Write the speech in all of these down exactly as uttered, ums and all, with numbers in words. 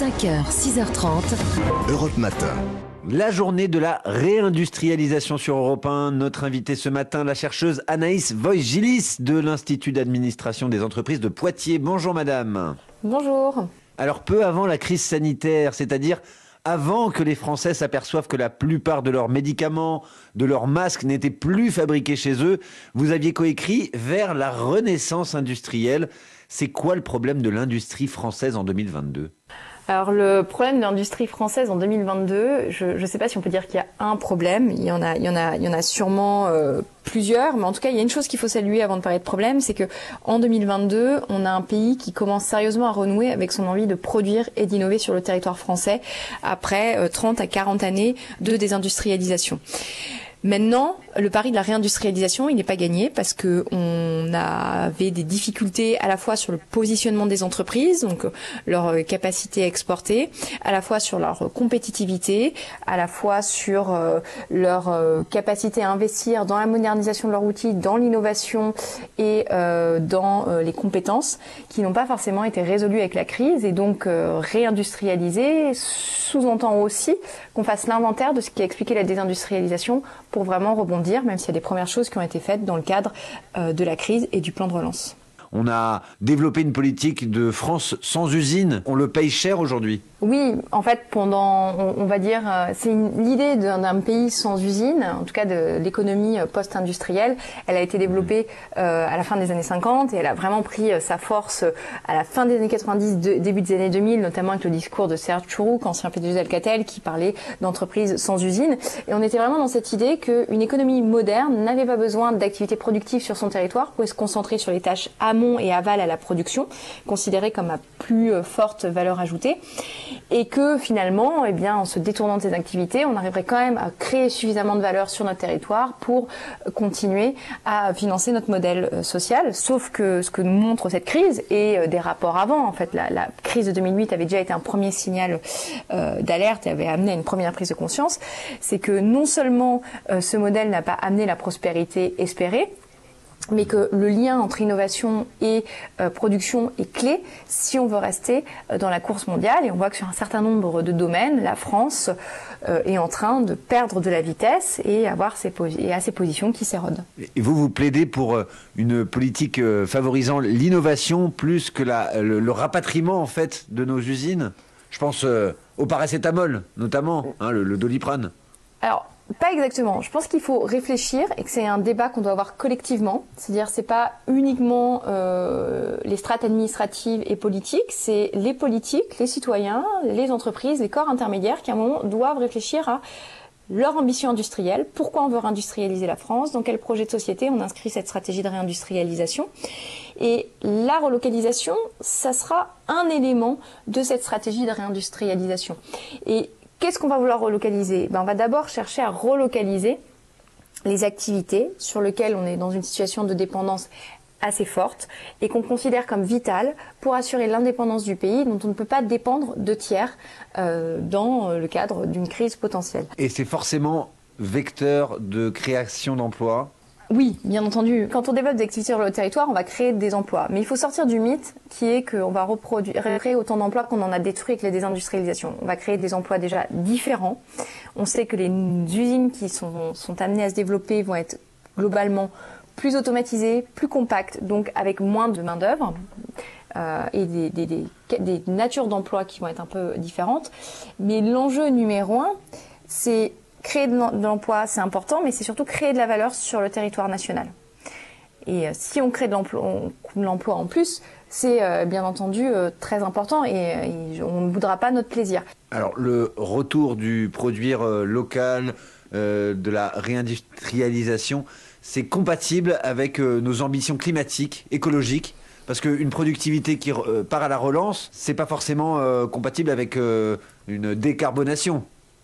cinq heures, six heures trente. Europe Matin. La journée de la réindustrialisation sur Europe un. Notre invitée ce matin, la chercheuse Anaïs Voigilis de l'Institut d'administration des entreprises de Poitiers. Bonjour madame. Bonjour. Alors peu avant la crise sanitaire, c'est-à-dire avant que les Français s'aperçoivent que la plupart de leurs médicaments, de leurs masques n'étaient plus fabriqués chez eux, vous aviez coécrit Vers la renaissance industrielle. C'est quoi le problème de l'industrie française en deux mille vingt-deux ? Alors le problème de l'industrie française en deux mille vingt-deux, je ne sais pas si on peut dire qu'il y a un problème, il y en a, il y en a, il y en a sûrement euh, plusieurs, mais en tout cas il y a une chose qu'il faut saluer avant de parler de problème, c'est que en deux mille vingt-deux, on a un pays qui commence sérieusement à renouer avec son envie de produire et d'innover sur le territoire français après euh, trente à quarante années de désindustrialisation. Maintenant, le pari de la réindustrialisation, il n'est pas gagné parce que on avait des difficultés à la fois sur le positionnement des entreprises, donc leur capacité à exporter, à la fois sur leur compétitivité, à la fois sur euh, leur euh, capacité à investir dans la modernisation de leurs outils, dans l'innovation et euh, dans euh, les compétences qui n'ont pas forcément été résolues avec la crise. Et donc euh, réindustrialiser sous-entend aussi qu'on fasse l'inventaire de ce qui a expliqué la désindustrialisation pour vraiment rebondir, même s'il y a des premières choses qui ont été faites dans le cadre euh, de la crise et du plan de relance. On a développé une politique de France sans usine. On le paye cher aujourd'hui. Oui, en fait, pendant, on, on va dire, euh, c'est l'idée d'un, d'un pays sans usine, en tout cas de l'économie post-industrielle. Elle a été développée euh, à la fin des années cinquante et elle a vraiment pris euh, sa force à la fin des années quatre-vingt-dix, de, début des années deux mille, notamment avec le discours de Serge Tchourouk, ancien P D G d'Alcatel, qui parlait d'entreprises sans usine. Et on était vraiment dans cette idée qu'une économie moderne n'avait pas besoin d'activités productives sur son territoire pour se concentrer sur les tâches amont et aval à la production, considérées comme à plus forte valeur ajoutée. Et que finalement, eh bien, en se détournant de ces activités, on arriverait quand même à créer suffisamment de valeur sur notre territoire pour continuer à financer notre modèle social. Sauf que ce que nous montre cette crise et des rapports avant, en fait, la, la crise de deux mille huit avait déjà été un premier signal euh, d'alerte et avait amené à une première prise de conscience, c'est que non seulement euh, ce modèle n'a pas amené la prospérité espérée, mais que le lien entre innovation et euh, production est clé si on veut rester euh, dans la course mondiale. Et on voit que sur un certain nombre de domaines, la France euh, est en train de perdre de la vitesse et, avoir ses et à ses positions qui s'érodent. Et vous, vous plaidez pour une politique favorisant l'innovation plus que la, le, le rapatriement en fait, de nos usines. Je pense euh, au paracétamol, notamment, hein, le, le Doliprane. Alors, pas exactement. Je pense qu'il faut réfléchir et que c'est un débat qu'on doit avoir collectivement. C'est-à-dire, c'est pas uniquement euh, les strates administratives et politiques, c'est les politiques, les citoyens, les entreprises, les corps intermédiaires qui à un moment doivent réfléchir à leur ambition industrielle, pourquoi on veut réindustrialiser la France, dans quel projet de société on inscrit cette stratégie de réindustrialisation. Et la relocalisation, ça sera un élément de cette stratégie de réindustrialisation. Et qu'est-ce qu'on va vouloir relocaliser ? Ben, on va d'abord chercher à relocaliser les activités sur lesquelles on est dans une situation de dépendance assez forte et qu'on considère comme vitale pour assurer l'indépendance du pays dont on ne peut pas dépendre de tiers euh, dans le cadre d'une crise potentielle. Et c'est forcément vecteur de création d'emplois ? Oui, bien entendu. Quand on développe des activités sur le territoire, on va créer des emplois. Mais il faut sortir du mythe qui est qu'on va reproduire, créer autant d'emplois qu'on en a détruit avec la désindustrialisation. On va créer des emplois déjà différents. On sait que les usines qui sont, sont amenées à se développer vont être globalement plus automatisées, plus compactes, donc avec moins de main-d'œuvre euh, et des, des, des, des natures d'emplois qui vont être un peu différentes. Mais l'enjeu numéro un, c'est créer de l'emploi, c'est important, mais c'est surtout créer de la valeur sur le territoire national. Et euh, si on crée de l'emploi en plus, c'est euh, bien entendu euh, très important et, et on ne boudera pas notre plaisir. Alors, le retour du produire euh, local, euh, de la réindustrialisation, c'est compatible avec euh, nos ambitions climatiques, écologiques, parce qu'une productivité qui euh, part à la relance, c'est pas forcément euh, compatible avec euh, une décarbonation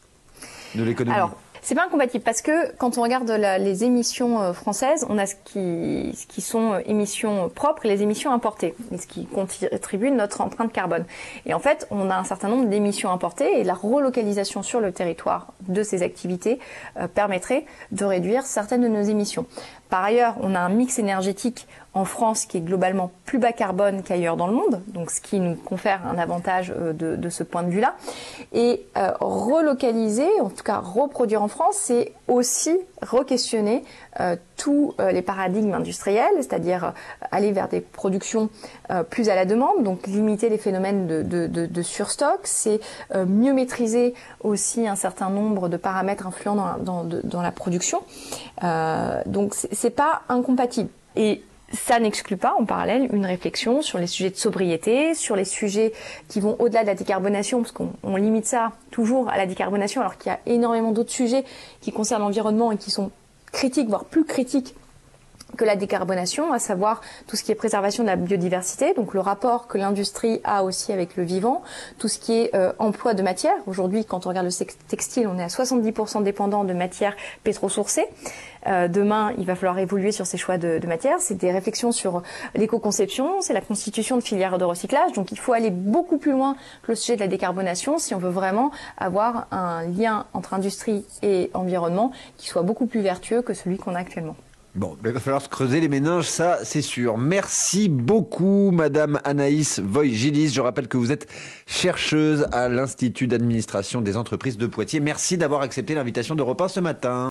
de l'économie. Alors, c'est pas incompatible parce que quand on regarde la, les émissions euh, françaises, on a ce qui, ce qui sont euh, émissions propres et les émissions importées, et ce qui contribue notre empreinte carbone. Et en fait, on a un certain nombre d'émissions importées et la relocalisation sur le territoire de ces activités euh, permettrait de réduire certaines de nos émissions. Par ailleurs, on a un mix énergétique en France qui est globalement plus bas carbone qu'ailleurs dans le monde, donc ce qui nous confère un avantage de, de ce point de vue-là. Et euh, relocaliser, en tout cas reproduire en France, c'est aussi re-questionner euh, tous euh, les paradigmes industriels, c'est-à-dire euh, aller vers des productions euh, plus à la demande, donc limiter les phénomènes de, de, de, de surstock, c'est euh, mieux maîtriser aussi un certain nombre de paramètres influents dans, dans, de, dans la production. Euh, donc c'est pas incompatible. Et ça n'exclut pas en parallèle une réflexion sur les sujets de sobriété, sur les sujets qui vont au-delà de la décarbonation, parce qu'on on limite ça toujours à la décarbonation, alors qu'il y a énormément d'autres sujets qui concernent l'environnement et qui sont critiques, voire plus critiques que la décarbonation, à savoir tout ce qui est préservation de la biodiversité, donc le rapport que l'industrie a aussi avec le vivant, tout ce qui est euh, emploi de matière. Aujourd'hui, quand on regarde le textile, on est à soixante-dix pour cent dépendant de matières pétrosourcées. Euh, demain, il va falloir évoluer sur ces choix de, de matière. C'est des réflexions sur l'éco-conception, c'est la constitution de filières de recyclage. Donc il faut aller beaucoup plus loin que le sujet de la décarbonation si on veut vraiment avoir un lien entre industrie et environnement qui soit beaucoup plus vertueux que celui qu'on a actuellement. Bon, il va falloir se creuser les méninges, ça c'est sûr. Merci beaucoup Madame Anaïs Voïgilis. Je rappelle que vous êtes chercheuse à l'Institut d'administration des entreprises de Poitiers. Merci d'avoir accepté l'invitation d'Europe un ce matin.